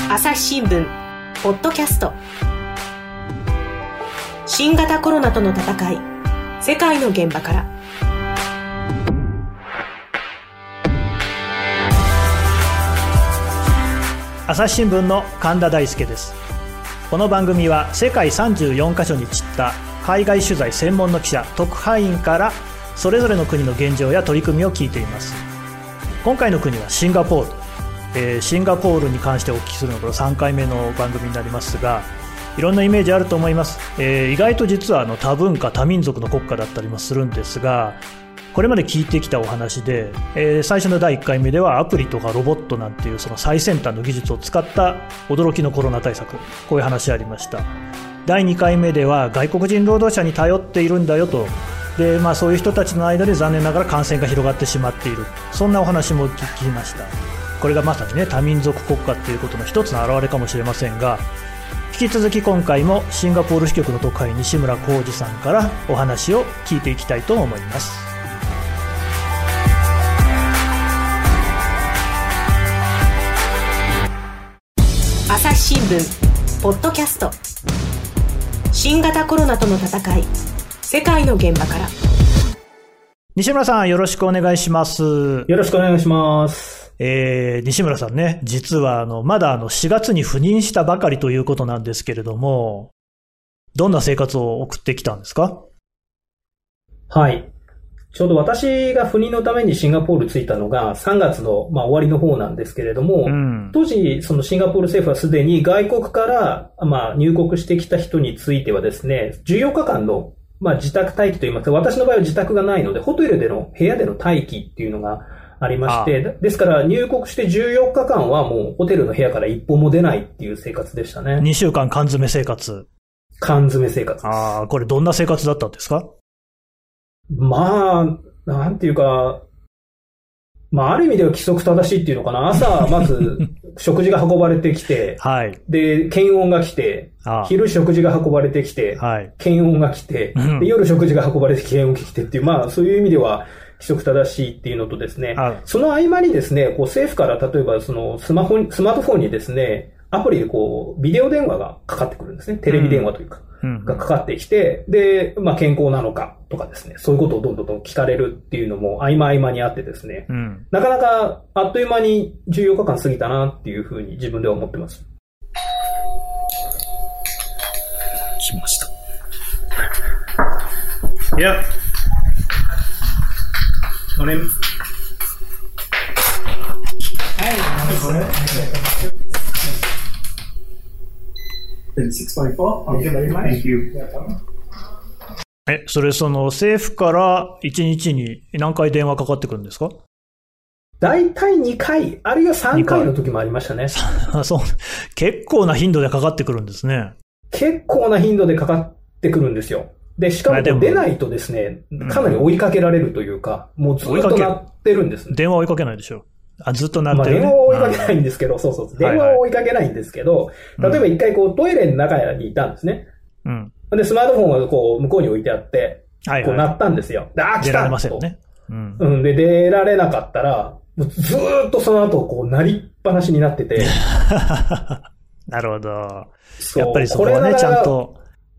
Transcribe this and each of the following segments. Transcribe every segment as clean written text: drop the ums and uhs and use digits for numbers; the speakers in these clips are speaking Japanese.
朝日新聞ポッドキャスト、新型コロナとの戦い、世界の現場から。 朝日新聞の神田大輔です。この番組は世界34カ所に散った海外取材専門の記者、特派員からそれぞれの国の現状や取り組みを聞いています。今回の国はシンガポール。シンガポールに関してお聞きするのはこれ3回目の番組になりますが、いろんなイメージあると思います。意外と実は多文化多民族の国家だったりもするんですが、これまで聞いてきたお話で、最初の第1回目ではアプリとかロボットなんていうその最先端の技術を使った驚きのコロナ対策、こういう話ありました。第2回目では外国人労働者に頼っているんだよと。で、そういう人たちの間で残念ながら感染が広がってしまっている、そんなお話も聞きました。これがまさにね、多民族国家ということの一つの表れかもしれませんが、引き続き今回もシンガポール支局の特派員西村浩二さんからお話を聞いていきたいと思います。 朝日新聞ポッドキャスト、新型コロナとの戦い、世界の現場から。 西村さん、よろしくお願いします。 よろしくお願いします。 西村さんね、実はまだ4月に赴任したばかりということなんですけれども、どんな生活を送ってきたんですか？ はい。ちょうど私が赴任のためにシンガポール着いたのが3月の終わりの方なんですけれども、当時そのシンガポール政府はすでに外国から入国してきた人についてはですね、14日間の自宅待機といいますか、私の場合は自宅がないので、ホテルでの部屋での待機っていうのがありまして、ですから入国して14日間はもうホテルの部屋から一歩も出ないっていう生活でしたね。 2週間缶詰生活。 缶詰生活です。 これどんな生活だったんですか？ なんていうか、ある意味では規則正しいっていうのかな。朝、まず、食事が運ばれてきて、 はい。 で、検温が来て、昼食事が運ばれてきて、 はい。 検温が来て、で、夜食事が運ばれてきて、検温が来てっていう、そういう意味では、規則正しいっていうのとですね、その合間にですね、政府から例えばそのスマートフォンにですね、アプリでビデオ電話がかかってくるんですね。テレビ電話というか、がかかってきて、で、健康なのかとかですね、そういうことをどんどん聞かれるっていうのも合間にあってですね、なかなかあっという間に14日間過ぎたなっていうふうに自分では思ってます。 来ました。 いや。これ。はい、これ。 それ政府から1日に何回電話かかってくるんですか？ だいたい2回、あるいは3回の時もありましたね。 そう、結構な頻度でかかってくるんですね。 結構な頻度でかかってくるんですよ。で、しかも出ないとですね、かなり追いかけられるというか、もうずっと鳴ってるんですね。 電話追いかけないでしょ。ずっと鳴ってる、ね。 電話は追いかけないんですけど、そう。電話は追いかけないんですけど、例えば一回トイレの中にいたんですね。で、スマートフォンが向こうに置いてあって、鳴ったんですよ。で、来た！ 出られませんね。 で、出られなかったら、ずーっとその後、鳴りっぱなしになってて。 なるほど。やっぱりそこはね、ちゃんと。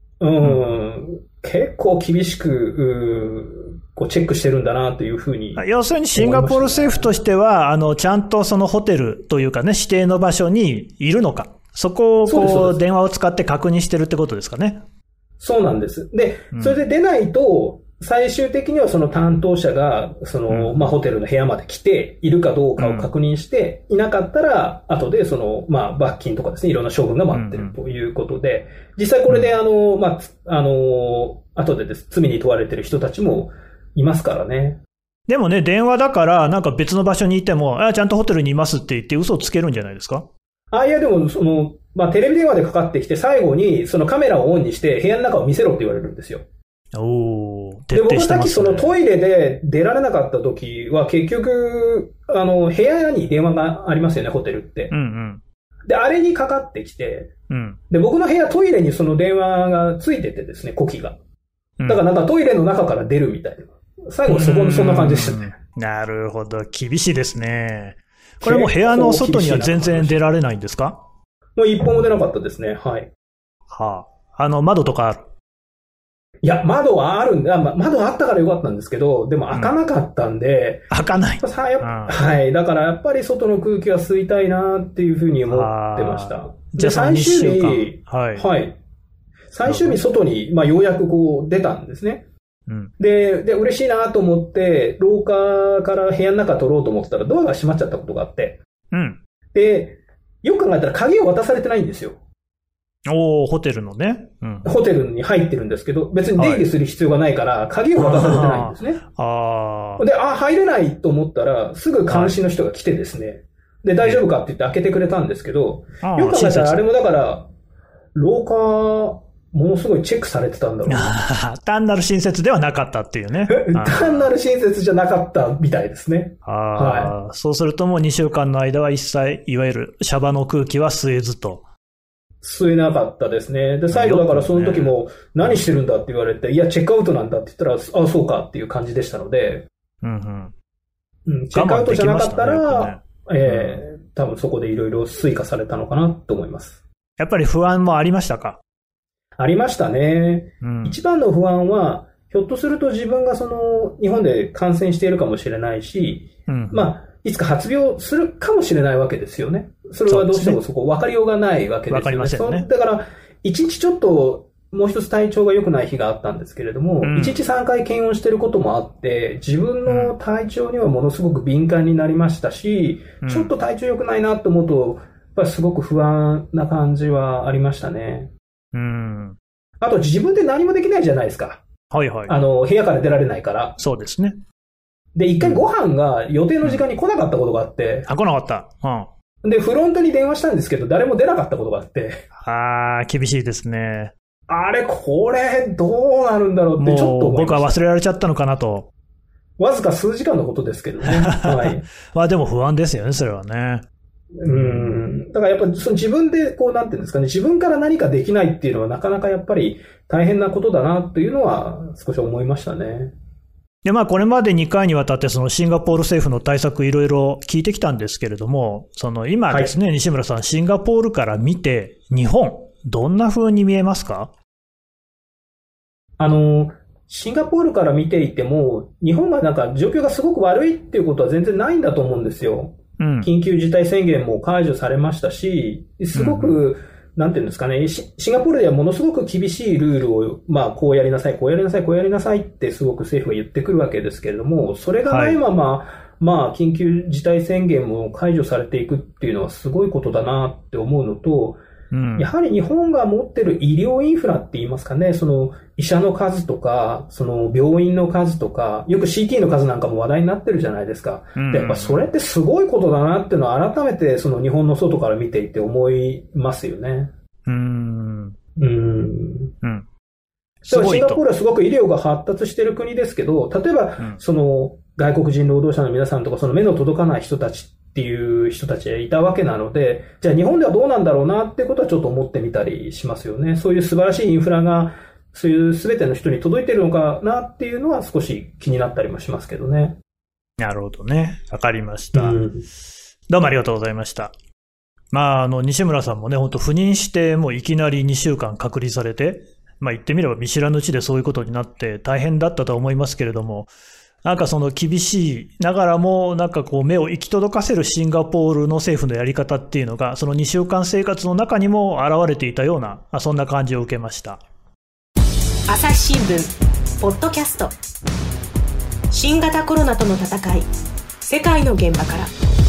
結構厳しく、チェックしてるんだなというふうに。 要するにシンガポール政府としては、ちゃんとそのホテルというかね、指定の場所にいるのか。そこを電話を使って確認してるってことですかね。 そうなんです。で、それで出ないと、最終的にはその担当者が、ホテルの部屋まで来て、いるかどうかを確認して、いなかったら、後で罰金とかですね、いろんな処分が待ってるということで、実際これで後で罪に問われてる人たちもいますからね。 でもね、電話だから、なんか別の場所にいても、ちゃんとホテルにいますって言って嘘をつけるんじゃないですか？ いやでも、テレビ電話でかかってきて、最後にそのカメラをオンにして、部屋の中を見せろって言われるんですよ。 徹底してますね。 で、僕さっきそのトイレで出られなかった時は結局、部屋に電話がありますよね、ホテルって。で、あれにかかってきて、で、僕の部屋トイレにその電話がついててですね、呼気が。だからなんかトイレの中から出るみたいな。最後そんな感じでしたね。 なるほど。厳しいですね。これも部屋の外には全然出られないんですか？ もう一本も出なかったですね。はい。 はあ。窓とかある？ いや、窓はあるんで、窓あったからよかったんですけど、でも開かなかったんで。 開かない。 はい。だからやっぱり外の空気は吸いたいなっていうふうに思ってました。 じゃあ最終日、 はい。最終日外に、ようやくこう出たんですね。うん、で、嬉しいなと思って、廊下から部屋の中取ろうと思ってたらドアが閉まっちゃったことがあって。うん。で、よく考えたら鍵を渡されてないんですよ。 ホテルのね、 うん。ホテルに入ってるんですけど、別に出入りする必要がないから、鍵を渡されてないんですね。で、入れないと思ったら、すぐ監視の人が来てですね。で、大丈夫かって言って開けてくれたんですけど、よく考えたらあれもだから、廊下、ものすごいチェックされてたんだろうな。 単なる親切ではなかったっていうね。 単なる親切じゃなかったみたいですね。 はい、そうするともう2週間の間は一切、いわゆるシャバの空気は吸えずと。 吸えなかったですね。で、最後だからその時も何してるんだって言われて、いや、チェックアウトなんだって言ったら、あ、そうかっていう感じでしたので、チェックアウトじゃなかったら、多分そこでいろいろ追加されたのかなと思います。 やっぱり不安もありましたか？ ありましたね。一番の不安は、ひょっとすると自分が日本で感染しているかもしれないし、いつか発病するかもしれないわけですよね。それはどうしてもそこ分かりようがないわけですよね。 分かりませんね。 だから、一日ちょっと、もう一つ体調が良くない日があったんですけれども、1日3回検温してることもあって、自分の体調にはものすごく敏感になりましたし、ちょっと体調良くないなと思うと、やっぱりすごく不安な感じはありましたね。あと自分で何もできないじゃないですか。 はいはい。 部屋から出られないから。 そうですね。 で、一回ご飯が予定の時間に来なかったことがあって。 来なかった。 で、フロントに電話したんですけど、誰も出なかったことがあって。 厳しいですね。 あれ、これ、どうなるんだろうってちょっと思いました。 僕は忘れられちゃったのかなと。 わずか数時間のことですけどね。はい。 でも不安ですよね、それはね。 だからやっぱり自分でなんていうんですかね、自分から何かできないっていうのはなかなかやっぱり大変なことだなっていうのは少し思いましたね。 で、これまで2回にわたってシンガポール政府の対策いろいろ聞いてきたんですけれども、今ですね、西村さん、シンガポールから見て日本、どんな風に見えますか？ シンガポールから見ていても、日本がなんか状況がすごく悪いっていうことは全然ないんだと思うんですよ。緊急事態宣言も解除されましたし、すごく、なんていうんですかね、シンガポールではものすごく厳しいルールを、こうやりなさい、こうやりなさい、こうやりなさいってすごく政府が言ってくるわけですけれども、それがないまま、緊急事態宣言も解除されていくっていうのはすごいことだなって思うのと、やはり日本が持ってる医療インフラって言いますかね、医者の数とか、病院の数とか、よく CT の数なんかも話題になってるじゃないですか。でやっぱそれってすごいことだなっていうのは改めて日本の外から見ていて思いますよね。だからシンガポールはすごく医療が発達している国ですけど、例えば、外国人労働者の皆さんとか、目の届かない人たちっていう人たちがいたわけなので、じゃあ日本ではどうなんだろうなってことはちょっと思ってみたりしますよね。そういう素晴らしいインフラが、そういう全ての人に届いてるのかなっていうのは少し気になったりもしますけどね。 なるほどね。わかりました。どうもありがとうございました。西村さんもね、本当赴任してもういきなり2週間隔離されて、言ってみれば見知らぬうちでそういうことになって大変だったと思いますけれども、厳しいながらも目を行き届かせるシンガポールの政府のやり方っていうのが、その2週間生活の中にも現れていたような、そんな感じを受けました。 朝日新聞ポッドキャスト、新型コロナとの戦い、世界の現場から。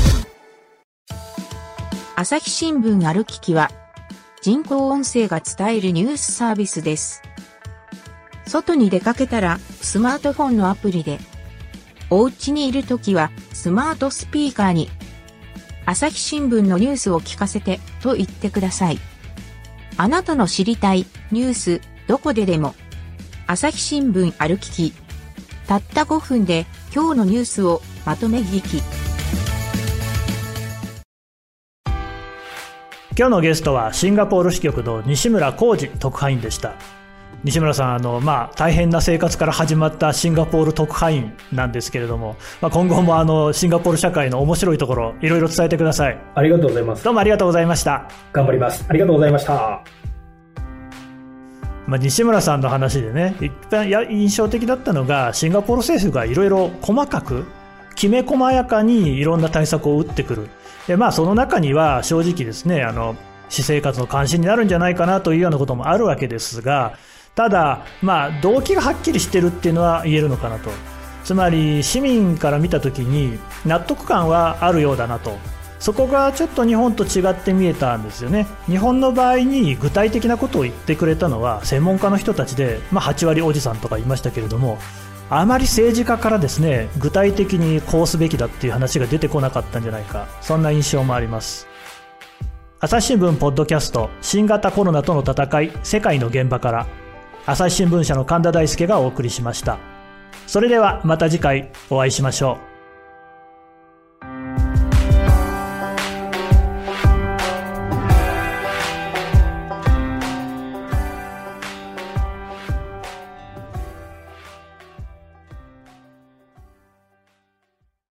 朝日新聞ある聞きは人工音声が伝えるニュースサービスです。外に出かけたらスマートフォンのアプリで、お家にいるときはスマートスピーカーに朝日新聞のニュースを聞かせてと言ってください。あなたの知りたいニュースどこででも朝日新聞ある聞き。たった5分で今日のニュースをまとめ聞き。 今日のゲストはシンガポール支局の西村浩司特派員でした。 西村さん、大変な生活から始まったシンガポール特派員なんですけれども、今後もシンガポール社会の面白いところ、いろいろ伝えてください。 ありがとうございます。 どうもありがとうございました。 頑張ります。ありがとうございました。 西村さんの話でね、一番印象的だったのが、シンガポール政府がいろいろ細かく、きめ細やかにいろんな対策を打ってくる。で、その中には正直ですね、私生活の関心になるんじゃないかなというようなこともあるわけですが、ただ、動機がはっきりしてるっていうのは言えるのかなと。つまり、市民から見たときに納得感はあるようだなと。そこがちょっと日本と違って見えたんですよね。日本の場合に具体的なことを言ってくれたのは専門家の人たちで、8割おじさんとか言いましたけれども、あまり政治家からですね、具体的にこうすべきだっていう話が出てこなかったんじゃないか。そんな印象もあります。朝日新聞ポッドキャスト、新型コロナとの戦い、世界の現場から、朝日新聞社の神田大輔がお送りしました。それではまた次回お会いしましょう。